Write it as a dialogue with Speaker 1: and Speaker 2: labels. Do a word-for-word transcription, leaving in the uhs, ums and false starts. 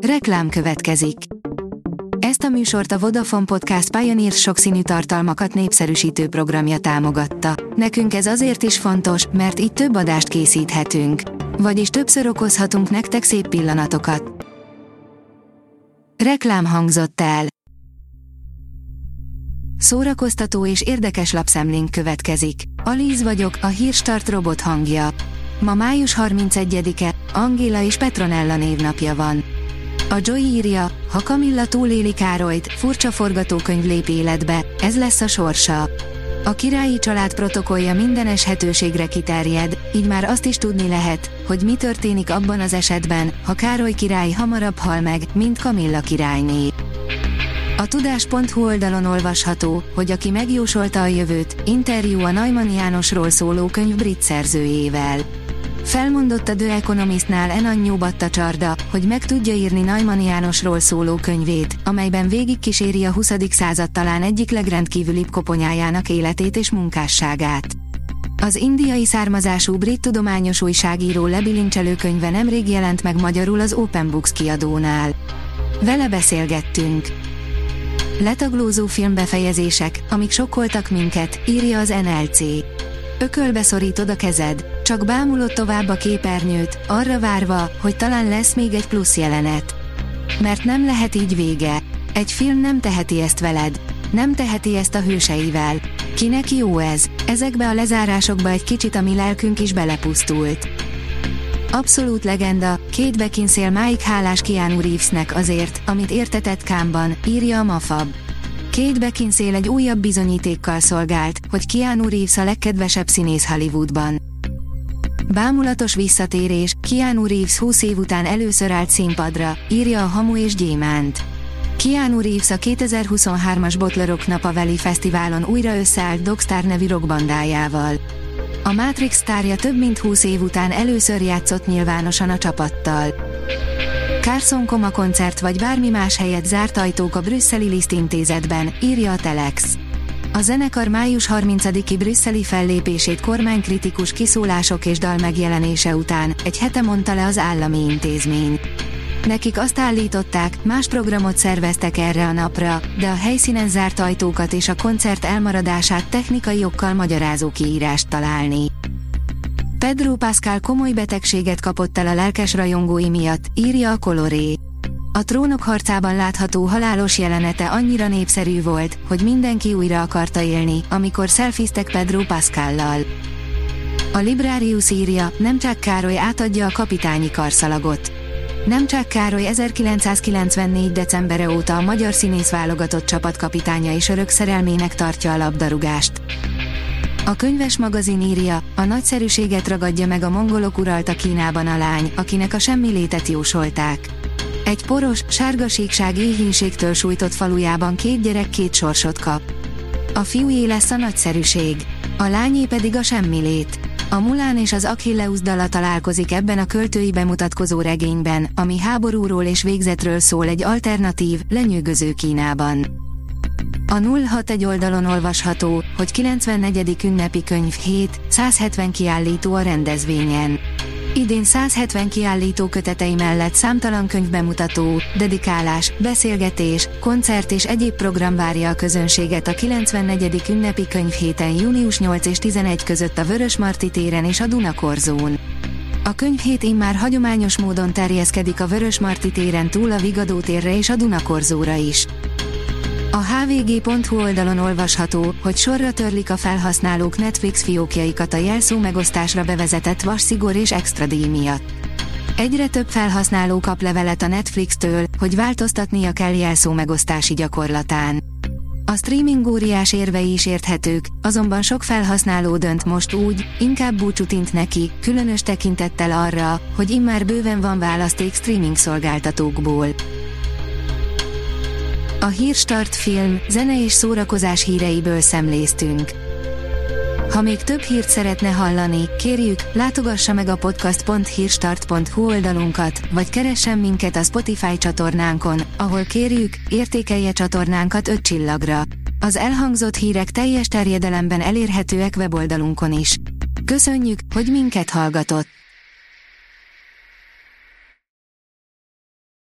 Speaker 1: Reklám következik. Ezt a műsort a Vodafone Podcast Pioneer sokszínű tartalmakat népszerűsítő programja támogatta. Nekünk ez azért is fontos, mert így több adást készíthetünk. Vagyis többször okozhatunk nektek szép pillanatokat. Reklám hangzott el. Szórakoztató és érdekes lapszemlénk következik. Alíz vagyok, a Hírstart robot hangja. Ma május harmincegyedike, Angéla és Petronella névnapja van. A Joy írja, ha Kamilla túléli Károlyt, furcsa forgatókönyv lép életbe, ez lesz a sorsa. A királyi család protokollja minden eshetőségre kiterjed, így már azt is tudni lehet, hogy mi történik abban az esetben, ha Károly király hamarabb hal meg, mint Kamilla királyné. A tudás pont hu oldalon olvasható, hogy aki megjósolta a jövőt, interjú a Neumann Jánosról szóló könyv brit szerzőjével. Felmondott a The Economistnál Enanyó Battacsarda, hogy meg tudja írni Neumann Jánosról szóló könyvét, amelyben végigkíséri a huszadik század talán egyik legrendkívülibb koponyájának életét és munkásságát. Az indiai származású brit tudományos újságíró lebilincselő könyve nemrég jelent meg magyarul az Open Books kiadónál. Vele beszélgettünk. Letaglózó filmbefejezések, amik sokkoltak minket, írja az en el cé. Ökölbe szorítod a kezed, csak bámulod tovább a képernyőt, arra várva, hogy talán lesz még egy plusz jelenet. Mert nem lehet így vége. Egy film nem teheti ezt veled. Nem teheti ezt a hőseivel. Kinek jó ez? Ezekbe a lezárásokba egy kicsit a mi lelkünk is belepusztult. Abszolút legenda, Kate Beckinsale máig hálás Keanu Reevesnek azért, amit értetett Cannes-ban, írja a Mafab. Kate Beckinsale egy újabb bizonyítékkal szolgált, hogy Keanu Reeves a legkedvesebb színész Hollywoodban. Bámulatos visszatérés, Keanu Reeves húsz év után először állt színpadra, írja a Hamu és Gyémánt. Keanu Reeves a kétezer-huszonhármas Botlerok Napa Valley Fesztiválon újra összeállt Dogstar nevű rockbandájával. A Matrix sztárja több mint húsz év után először játszott nyilvánosan a csapattal. Carson Coma koncert vagy bármi más helyett zárt ajtók a brüsszeli Liszt intézetben, írja a Telex. A zenekar május harmincadiki brüsszeli fellépését kormánykritikus kiszólások és dal megjelenése után egy hete mondta le az állami intézmény. Nekik azt állították, más programot szerveztek erre a napra, de a helyszínen zárt ajtókat és a koncert elmaradását technikai okkal magyarázó kiírást találni. Pedro Pascal komoly betegséget kapott el a lelkes rajongói miatt, írja a Coloré. A Trónok harcában látható halálos jelenete annyira népszerű volt, hogy mindenki újra akarta élni, amikor szelfiztek Pedro Pascallal. A Librarius írja, Nemcsák Károly átadja a kapitányi karszalagot. Nemcsák Károly ezerkilencszázkilencvennégy decembere óta a magyar színész válogatott csapatkapitánya és örök szerelmének tartja a labdarúgást. A Könyves magazin írja, a nagyszerűséget ragadja meg a mongolok uralta Kínában a lány, akinek a semmi létet jósolták. Egy poros, sárgasíkság éhínségtől sújtott falujában két gyerek két sorsot kap. A fiújé lesz a nagyszerűség, a lányé pedig a semmilét. A Mulán és az Achilleus dala találkozik ebben a költői bemutatkozó regényben, ami háborúról és végzetről szól egy alternatív, lenyűgöző Kínában. A nulla hatvanegy oldalon olvasható, hogy kilencvennegyedik ünnepi könyv hét, százhetven kiállító a rendezvényen. Idén százhetven kiállító kötetei mellett számtalan könyvbemutató, dedikálás, beszélgetés, koncert és egyéb program várja a közönséget a kilencvennegyedik ünnepi könyvhéten június nyolcadika és tizenegyedike között a Vörösmarty téren és a Dunakorzón. A könyvhét immár hagyományos módon terjeszkedik a Vörösmarty téren túl a Vigadó térre és a Dunakorzóra is. A há vé gé pont hu oldalon olvasható, hogy sorra törlik a felhasználók Netflix fiókjaikat a jelszó megosztásra bevezetett vasszigor és extra díj miatt. Egyre több felhasználó kap levelet a Netflix-től, hogy változtatnia kell jelszó megosztási gyakorlatán. A streaming óriás érvei is érthetők, azonban sok felhasználó dönt most úgy, inkább búcsút int neki, különös tekintettel arra, hogy immár bőven van választék streaming szolgáltatókból. A Hírstart film, zene és szórakozás híreiből szemléztünk. Ha még több hírt szeretne hallani, kérjük, látogassa meg a podcast pont hírstart pont hu oldalunkat, vagy keressen minket a Spotify csatornánkon, ahol kérjük, értékelje csatornánkat öt csillagra. Az elhangzott hírek teljes terjedelemben elérhetőek weboldalunkon is. Köszönjük, hogy minket hallgatott!